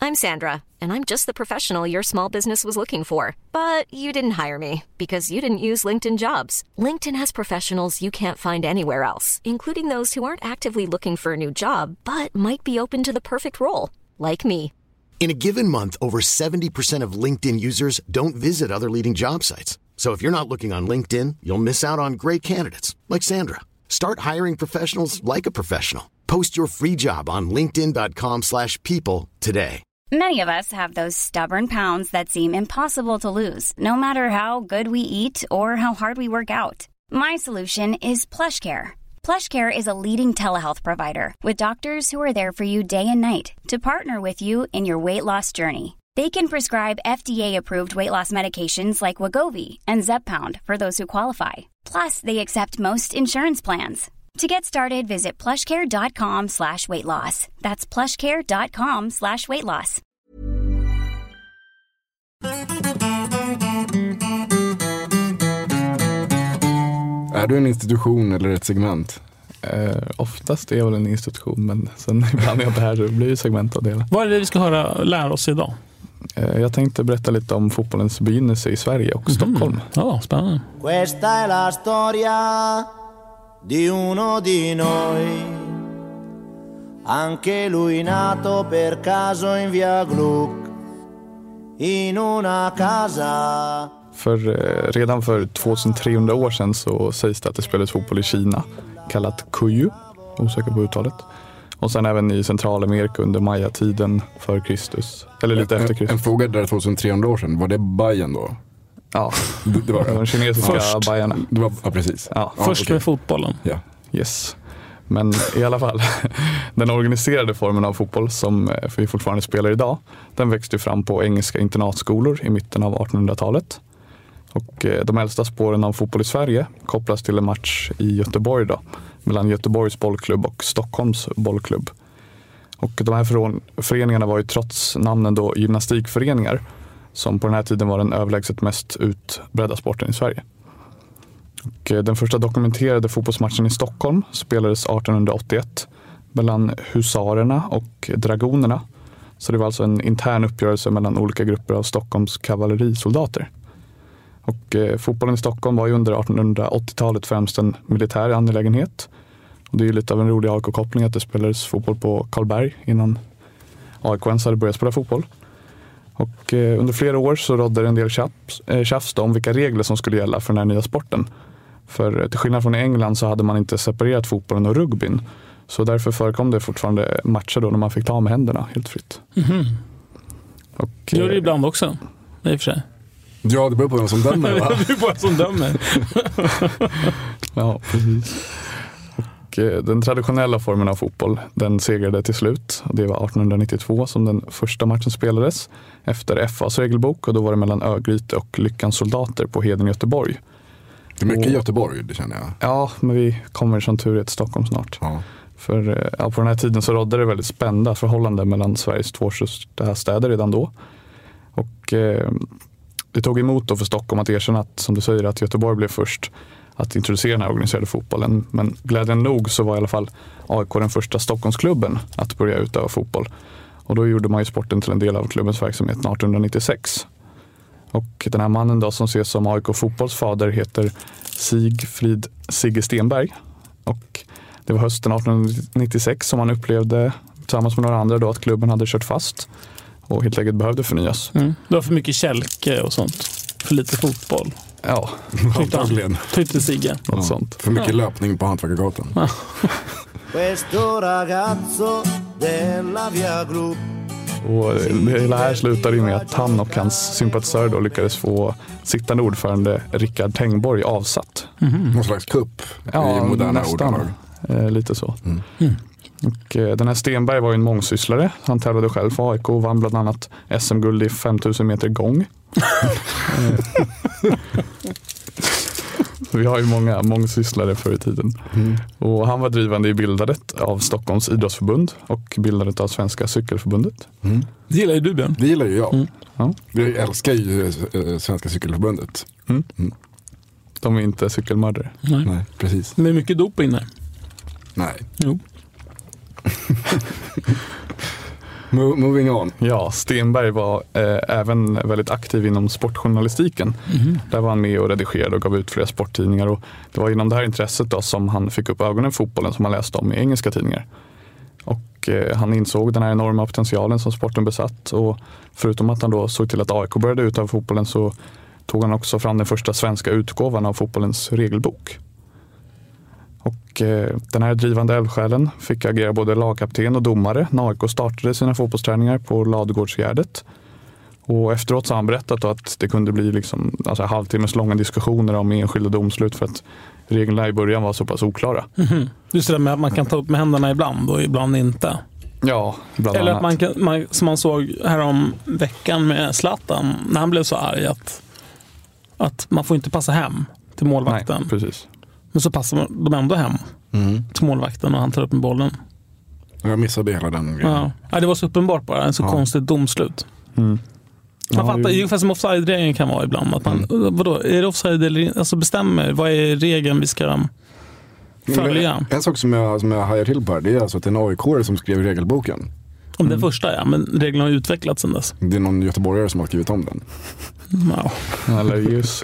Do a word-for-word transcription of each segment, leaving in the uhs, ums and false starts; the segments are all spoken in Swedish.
I'm Sandra, and I'm just the professional your small business was looking for. But you didn't hire me because you didn't use LinkedIn Jobs. LinkedIn has professionals you can't find anywhere else, including those who aren't actively looking for a new job, but might be open to the perfect role, like me. In a given month, over seventy percent of LinkedIn users don't visit other leading job sites. So if you're not looking on LinkedIn, you'll miss out on great candidates like Sandra. Start hiring professionals like a professional. Post your free job on linkedin dot com slash people today. Many of us have those stubborn pounds that seem impossible to lose, no matter how good we eat or how hard we work out. My solution is PlushCare. PlushCare is a leading telehealth provider with doctors who are there for you day and night to partner with you in your weight loss journey. They can prescribe F D A-approved weight loss medications like Wegovy and Zepbound for those who qualify. Plus, they accept most insurance plans. To get started, visit plushcare.com slash weight loss. That's plushcare.com slash weight loss. Är du en institution eller ett segment? Uh, oftast är jag väl en institution, men sen ibland är jag inte här så det blir ju segment av det. Vad är det vi ska höra, lära oss idag? Uh, jag tänkte berätta lite om fotbollens begynnelse i Sverige och mm. Stockholm. Ja, spännande. Questa è la storia di uno di noi, anche lui nato per caso in via Gluck, in una casa. För eh, redan för tvåtusentrehundra år sedan så sägs det att det spelades fotboll i Kina, kallat Kuyu, osäker på uttalet. Och sen även i Centralamerika under Maya-tiden för Kristus. Eller lite en, efter Kristus. En fråga där tvåtusentrehundra år sedan, var det Bayern då? Ja, det, det var det. De kinesiska Först. Bajarna. Det var, ja, precis. Ja. Ja, Först okay. Med fotbollen. Ja. Yes. Men i alla fall, den organiserade formen av fotboll som vi fortfarande spelar idag, den växte fram på engelska internatskolor i mitten av artonhundratalet. Och de äldsta spåren av fotboll i Sverige kopplas till en match i Göteborg då, mellan Göteborgs bollklubb och Stockholms bollklubb. Och de här föreningarna var ju trots namnen då gymnastikföreningar, som på den här tiden var den överlägset mest utbredda sporten i Sverige. Och den första dokumenterade fotbollsmatchen i Stockholm spelades artonhundraåttioett mellan husarerna och dragonerna. Så det var alltså en intern uppgörelse mellan olika grupper av Stockholms kavallerisoldater. Och eh, fotbollen i Stockholm var ju under artonhundraåttiotalet främst en militär angelägenhet. Och det är ju lite av en rolig A I K-koppling att det spelades fotboll på Karlberg innan A I K ens hade börjat spela fotboll. Och eh, under flera år så rådde det en del tjafs, eh, tjafs om vilka regler som skulle gälla för den här nya sporten. För eh, till skillnad från i England så hade man inte separerat fotbollen och rugbyn. Så därför förekom det fortfarande matcher då när man fick ta med händerna helt fritt. Mm-hmm. Och, det gör det ibland också, i och för sig. Ja, det beror på vem som dömer, va? Det beror på vem som dömer. Ja, precis. Och eh, den traditionella formen av fotboll, den segrade till slut. Och det var artonhundranittiotvå som den första matchen spelades efter F A:s regelbok. Och då var det mellan Örgryte och Lyckans soldater på Heden i Göteborg. Det är mycket och, Göteborg, det känner jag. Ja, men vi kommer som tur till Stockholm snart. Ja. För ja, på den här tiden så rådde det väldigt spända förhållanden mellan Sveriges två största städer redan då. Och eh, det tog emot då för Stockholm att erkänna att, som du säger, att Göteborg blev först att introducera den här organiserade fotbollen. Men glädjande nog så var i alla fall A I K den första Stockholmsklubben att börja utöva fotboll. Och då gjorde man ju sporten till en del av klubbens verksamhet artonhundranittiosex. Och den här mannen då som ses som A I K fotbollsfader heter Sigfrid Sigge Stenberg. Och det var hösten artonhundranittiosex som han upplevde tillsammans med några andra då att klubben hade kört fast och helt enkelt behövde förnyas. Mm. Det var för mycket kälke och sånt. För lite fotboll. Ja, antagligen. Tyckte Sigge. Något ja. sånt. För mycket ja. löpning på Hantverkargatan. Ja. Och det hela här slutade med att han och hans sympatisörer då lyckades få sittande ordförande Rickard Tengborg avsatt. Mm-hmm. Någon slags kupp ja, i moderna nästan. ordalag. Eh, lite så. Mm. Mm. Och, eh, den här Stenberg var ju en mångsysslare. Han tävlade själv för A I K och vann bland annat S M-guld i femtusen meter gång. Vi har ju många mångsysslare förr i tiden. Mm. Och han var drivande i bildandet av Stockholms idrottsförbund och bildandet av Svenska cykelförbundet. Mm. Det gillar ju du, Björn. Det gillar ju jag. Mm. Ja. Jag älskar ju Svenska cykelförbundet. Mm. Mm. De är inte cykelmördare. Nej. Nej, precis. Det är mycket doping där. Nej. Jo. Mo- moving on. Ja, Stenberg var eh, även väldigt aktiv inom sportjournalistiken. Mm. Där var han med och redigerade och gav ut flera sporttidningar. Och det var inom det här intresset då som han fick upp ögonen för fotbollen som han läste om i engelska tidningar. Och eh, han insåg den här enorma potentialen som sporten besatt. Och förutom att han då såg till att A I K började ut av fotbollen så tog han också fram den första svenska utgåvan av fotbollens regelbok. Och eh, den här drivande eldsjälen fick agera både lagkapten och domare när A I K startade sina fotbollsträningar på Ladugårdsgärdet. Och efteråt så har han berättat att det kunde bli liksom, alltså halvtimmes långa diskussioner om enskilda domslut för att reglerna i början var så pass oklara. Mm-hmm. Just det med att man kan ta upp med händerna ibland och ibland inte. Ja, bland Eller annat. att man kan, man, som man såg här om veckan med Zlatan när han blev så arg att, att man får inte passa hem till målvakten. Nej, precis. Men så passar de ändå hem mm. till målvakten och han tar upp med bollen. Jag missade hela den grejen. Ja. Ja, det var så uppenbart bara. En så ja. konstigt domslut. Mm. Man ja, fattar ju ungefär som offside-regeln kan vara ibland. Att man, mm. vadå, är det offside eller alltså bestämmer? Vad är regeln vi ska följa? En sak som jag, som jag hajar till på här, det är alltså att det är en A I K-are som skrev regelboken. Om mm. den första, ja. Men reglerna har utvecklats sedan dess. Det är någon göteborgare som har skrivit om den. Wow. Eller just.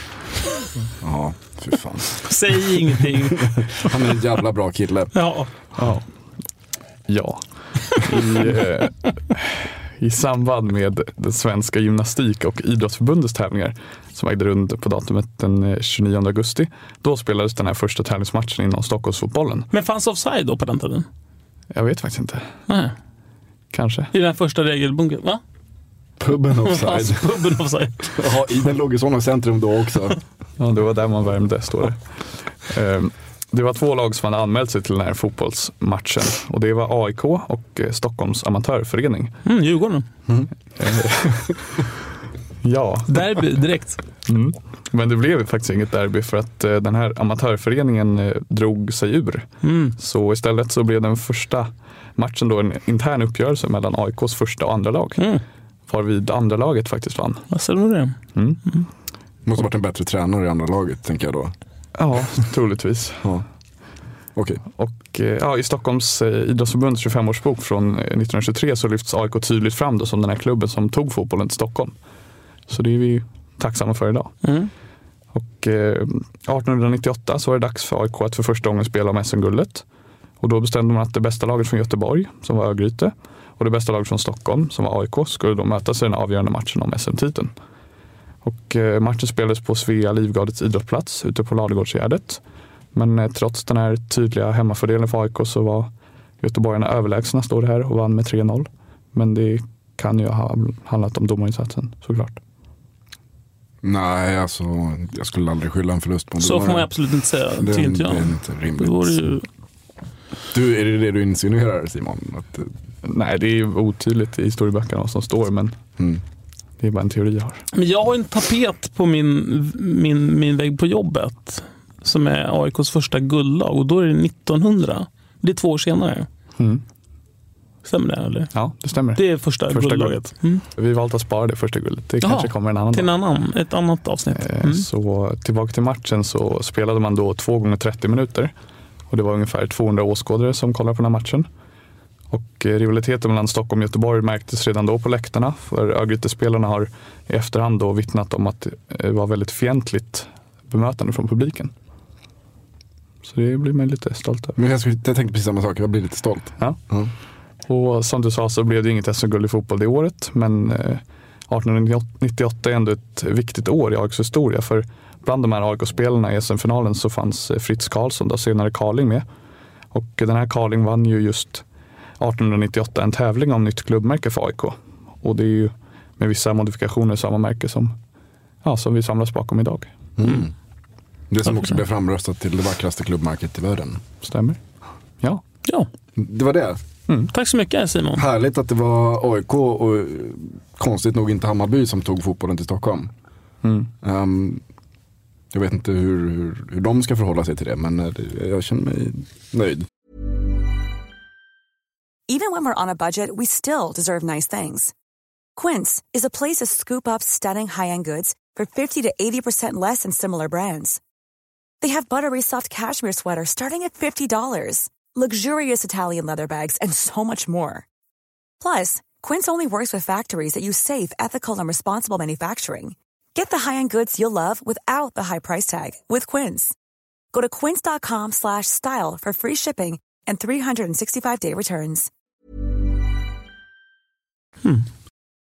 Ja, fy fan. Säg ingenting. Han är en jävla bra kille. Ja. Ja. Ja. I, eh, I samband med den svenska gymnastik- och idrottsförbundets tävlingar som ägde rum på datumet den tjugonionde augusti, då spelades den här första tävlingsmatchen inom Stockholmsfotbollen. Men fanns offside då på den tiden? Jag vet faktiskt inte. Nej. Kanske. I den första regelbunken, va? Pubben offside. Pubben offside. Ja, i den låg i sådana centrum då också. Ja, det var där man värmde, står det. Um, Det var två lag som hade anmält sig till den här fotbollsmatchen. Och det var A I K och Stockholms amatörförening. Mm, Djurgården. Mm. Ja. Derby direkt. Mm. Men det blev faktiskt inget derby för att den här amatörföreningen drog sig ur. Mm. Så istället så blev den första matchen då en intern uppgörelse mellan A I K:s första och andra lag. Mm. Varvid andra laget faktiskt vann. Vad säger du det? Mm. Mm. Måste ha varit en bättre tränare i andra laget, tänker jag då. Ja, troligtvis. Ja. Okay. Och ja, i Stockholms idrottsförbunds tjugofemårsbok från nittonhundratjugotre så lyfts A I K tydligt fram då som den här klubben som tog fotbollen till Stockholm. Så det är vi tacksamma för idag. Mm. Och eh, artonhundranittioåtta så var det dags för A I K att för första gången spela om S M-guldet. Och då bestämde man att det bästa laget från Göteborg, som var Örgryte, och det bästa laget från Stockholm, som var A I K, skulle då mötas i den avgörande matchen om S M-titeln. Och eh, matchen spelades på Svea Livgardets idrottsplats ute på Ladugårdsgärdet. Men eh, trots den här tydliga hemmafördelen för A I K så var göteborgarna överlägsna, står det här, och vann med tre noll. Men det kan ju ha handlat om domarinsatsen, såklart. Nej, alltså jag skulle aldrig skylla en förlust på en så domare. Så får man absolut inte säga. Det, det, inte jag. Det är inte rimligt. Det ju... Du, är det det du insinuerar, Simon? Att... Nej, det är ju otydligt i historieböckerna vad som står, men mm. det är bara en teori jag har. Men jag har en tapet på min, min, min vägg på jobbet som är A I K:s första guldlag, och då är det nittonhundra. Det är två år senare. Mm. Stämmer det, eller? Ja, det stämmer. Det är första, första guldlaget. Mm. Vi valt att spara det första guldet. Det Jaha, kanske kommer en annan till en annan, ett annat avsnitt. Mm. Så tillbaka till matchen så spelade man då två gånger trettio minuter. Och det var ungefär tvåhundra åskådare som kollade på den här matchen. Och rivaliteten mellan Stockholm och Göteborg märktes redan då på läktarna. För Örgryte-spelarna har i efterhand då vittnat om att det var väldigt fientligt bemötande från publiken. Så det blir man lite stolt över. Men jag, skulle, jag tänkte precis samma sak, jag blir lite stolt. Ja. Mm. Och som du sa så blev det inget S M-guld i fotboll det året. Men eh, artonhundranittioåtta är ändå ett viktigt år i A I K:s historia. För bland de här A I K-spelarna i S M-finalen så fanns Fritz Karlsson, då senare Carling, med. Och den här Carling vann ju just artonhundranittioåtta en tävling om nytt klubbmärke för A I K. Och det är ju med vissa modifikationer samma märke som, ja, som vi samlas bakom idag. Mm. Det som också blev framröstat till det vackraste klubbmärket i världen. Stämmer. Ja. Ja. Det var det. Mm. Tack så mycket, Simon. Härligt att det var A I K och konstigt nog inte Hammarby som tog fotbollen till Stockholm. Mm. Um, jag vet inte hur, hur, hur de ska förhålla sig till det, men jag känner mig nöjd. Even when we're on a budget, we still deserve nice things. Quince is a place to scoop up stunning high-end goods for fifty to eighty percent less than similar brands. They have buttery soft cashmere sweaters starting at fifty dollars, luxurious Italian leather bags, and so much more. Plus, Quince only works with factories that use safe, ethical, and responsible manufacturing. Get the high-end goods you'll love without the high price tag with Quince. Go to quince.com slash style for free shipping and three sixty-five day returns. Hmm.